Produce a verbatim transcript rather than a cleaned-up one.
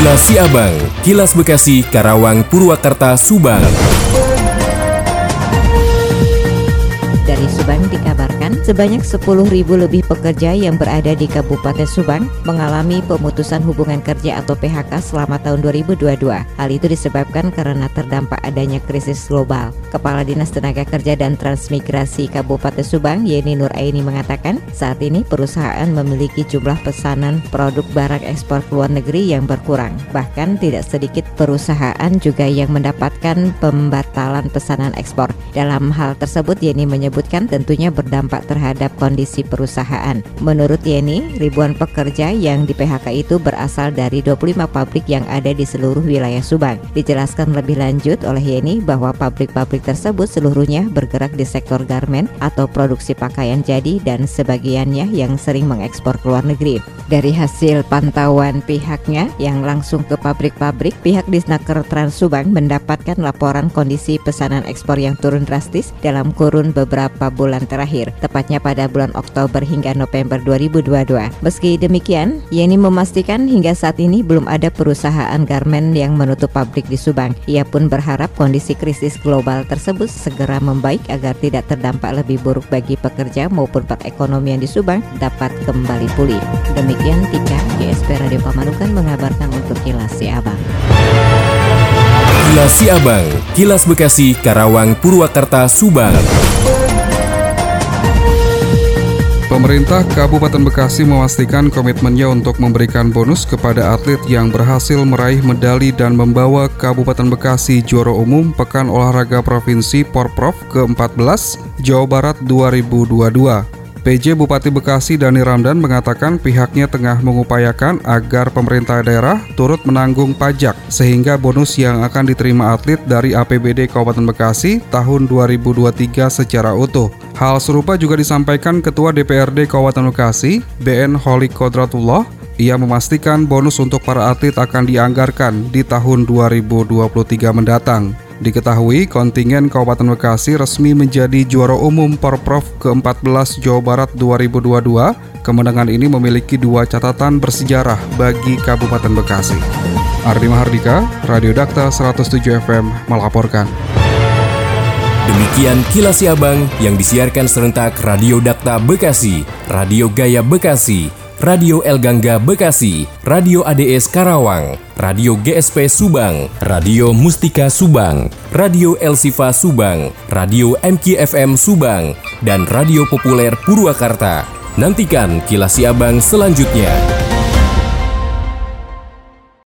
Kilas Siabang, Kilas Bekasi, Karawang, Purwakarta, Subang. Dari Subang dikabarkan sebanyak sepuluh ribu lebih pekerja yang berada di Kabupaten Subang mengalami pemutusan hubungan kerja atau P H K selama tahun dua ribu dua puluh dua. Hal itu disebabkan karena terdampak adanya krisis global. Kepala Dinas Tenaga Kerja dan Transmigrasi Kabupaten Subang, Yeni Nur Aini mengatakan saat ini perusahaan memiliki jumlah pesanan produk barang ekspor ke luar negeri yang berkurang. Bahkan tidak sedikit perusahaan juga yang mendapatkan pembatalan pesanan ekspor. Dalam hal tersebut, Yeni menyebut tentunya berdampak terhadap kondisi perusahaan. Menurut Yeni, ribuan pekerja yang di P H K itu berasal dari dua puluh lima pabrik yang ada di seluruh wilayah Subang. Dijelaskan lebih lanjut oleh Yeni bahwa pabrik-pabrik tersebut seluruhnya bergerak di sektor garmen atau produksi pakaian jadi dan sebagiannya yang sering mengekspor ke luar negeri. Dari hasil pantauan pihaknya yang langsung ke pabrik-pabrik, pihak Disnaker Trans Subang mendapatkan laporan kondisi pesanan ekspor yang turun drastis dalam kurun beberapa bulan terakhir, tepatnya pada bulan Oktober hingga November dua ribu dua puluh dua. Meski demikian, Yeni memastikan hingga saat ini belum ada perusahaan garmen yang menutup pabrik di Subang. Ia pun berharap kondisi krisis global tersebut segera membaik agar tidak terdampak lebih buruk bagi pekerja maupun perekonomian di Subang dapat kembali pulih. Demikian Tika, G S P Radio Pamanukan mengabarkan untuk Kilas Siabang. Kilas Siabang, Kilas Bekasi, Karawang, Purwakarta, Subang. Pemerintah Kabupaten Bekasi memastikan komitmennya untuk memberikan bonus kepada atlet yang berhasil meraih medali dan membawa Kabupaten Bekasi juara umum Pekan Olahraga Provinsi Porprov ke empat belas Jawa Barat dua ribu dua puluh dua. P J Bupati Bekasi Dani Ramdan mengatakan pihaknya tengah mengupayakan agar pemerintah daerah turut menanggung pajak sehingga bonus yang akan diterima atlet dari A P B D Kabupaten Bekasi tahun dua ribu dua puluh tiga secara utuh. Hal serupa juga disampaikan Ketua D P R D Kabupaten Bekasi, B N Holik Kodratullah. Ia memastikan bonus untuk para atlet akan dianggarkan di tahun dua ribu dua puluh tiga mendatang. Diketahui kontingen Kabupaten Bekasi resmi menjadi juara umum Porprov ke empat belas Jawa Barat dua ribu dua puluh dua. Kemenangan ini memiliki dua catatan bersejarah bagi Kabupaten Bekasi. Ardi Mahardika, Radio Dakta seratus tujuh F M melaporkan. Demikian Kilas Siabang yang disiarkan serentak Radio Dakta Bekasi, Radio Gaya Bekasi, Radio El Gangga Bekasi, Radio A D S Karawang, Radio G S P Subang, Radio Mustika Subang, Radio El Sifa Subang, Radio M K F M Subang, dan Radio Populer Purwakarta. Nantikan Kilas Siabang selanjutnya.